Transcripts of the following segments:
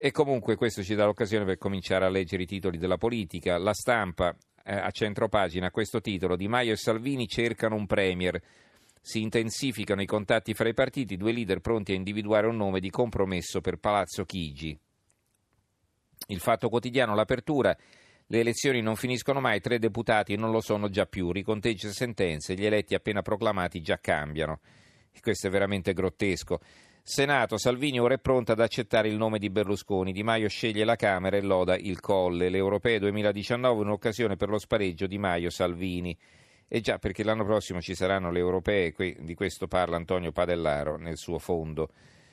E comunque questo ci dà l'occasione per cominciare a leggere i titoli della politica. La Stampa, a centropagina, questo titolo: Di Maio e Salvini cercano un premier. Si intensificano i contatti fra i partiti, due leader pronti a individuare un nome di compromesso per Palazzo Chigi. Il Fatto Quotidiano, l'apertura: le elezioni non finiscono mai, 3 deputati non lo sono già più, riconteggi e sentenze, gli eletti appena proclamati già cambiano. E questo è veramente grottesco. Senato, Salvini ora è pronta ad accettare il nome di Berlusconi, Di Maio sceglie la Camera e loda il Colle, le Europee 2019 un'occasione per lo spareggio Di Maio-Salvini. E già, perché l'anno prossimo ci saranno le Europee, di questo parla Antonio Padellaro nel suo fondo.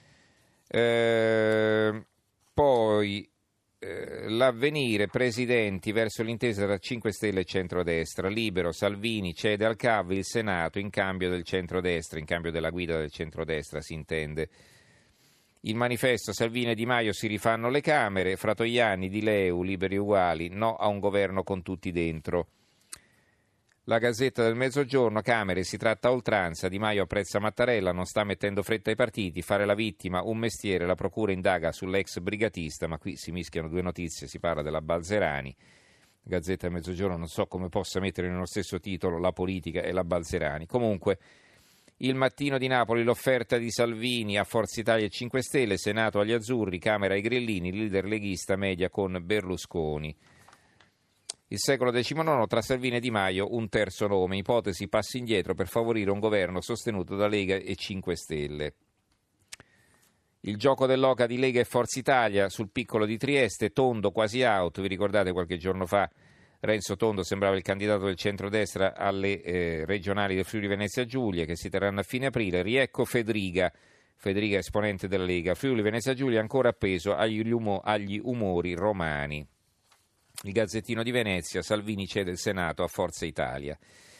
Poi l'Avvenire, presidenti verso l'intesa tra 5 Stelle e centrodestra, Libero, Salvini cede al CAV il Senato in cambio del centrodestra, in cambio della guida del centrodestra si intende. Il Manifesto, Salvini e Di Maio si rifanno le Camere, Fratoianni, Di Leu, Liberi Uguali, no a un governo con tutti dentro. La Gazzetta del Mezzogiorno, Camere, si tratta a oltranza, Di Maio apprezza Mattarella, non sta mettendo fretta ai partiti, fare la vittima, un mestiere, la procura indaga sull'ex brigatista, ma qui si mischiano due notizie, si parla della Balzerani. Gazzetta del Mezzogiorno, non so come possa mettere nello stesso titolo la politica e la Balzerani. Comunque, Il Mattino di Napoli, l'offerta di Salvini a Forza Italia e 5 Stelle, Senato agli Azzurri, Camera ai Grillini, leader leghista media con Berlusconi. Il Secolo XIX, tra Salvini e Di Maio un terzo nome, ipotesi passi indietro per favorire un governo sostenuto da Lega e 5 Stelle. Il gioco dell'oca di Lega e Forza Italia sul piccolo di Trieste, Tondo quasi out, vi ricordate qualche giorno fa Renzo Tondo sembrava il candidato del centrodestra alle regionali del Friuli Venezia Giulia che si terranno a fine aprile, riecco Federica esponente della Lega, Friuli Venezia Giulia ancora appeso agli umori romani. Il Gazzettino di Venezia, Salvini cede il Senato a Forza Italia.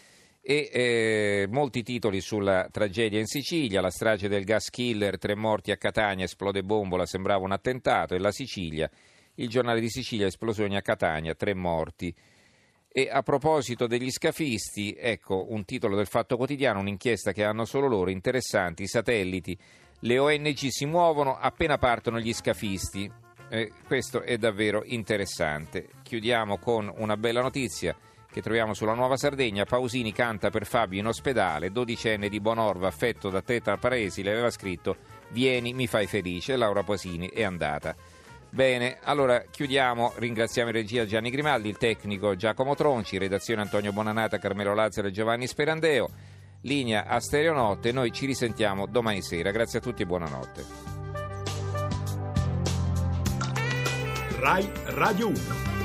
E molti titoli sulla tragedia in Sicilia, la strage del gas killer, 3 morti a Catania, esplode bombola, sembrava un attentato, e la Sicilia, il giornale di Sicilia, esplosioni a Catania, 3 morti. E a proposito degli scafisti, ecco un titolo del Fatto Quotidiano, un'inchiesta che hanno solo loro, interessanti, i satelliti, le ONG si muovono appena partono gli scafisti. Questo è davvero interessante. Chiudiamo con una bella notizia che troviamo sulla Nuova Sardegna. Pausini canta per Fabio in ospedale, 12enne di Bonorva affetto da teta paresi le aveva scritto "Vieni, mi fai felice", Laura Pausini è andata. Bene, allora chiudiamo, ringraziamo in regia Gianni Grimaldi, il tecnico Giacomo Tronci, redazione Antonio Bonanata, Carmelo Lazzaro e Giovanni Sperandeo, linea a Stereonotte. Noi ci risentiamo domani sera, grazie a tutti e buonanotte. Rai Radio 1.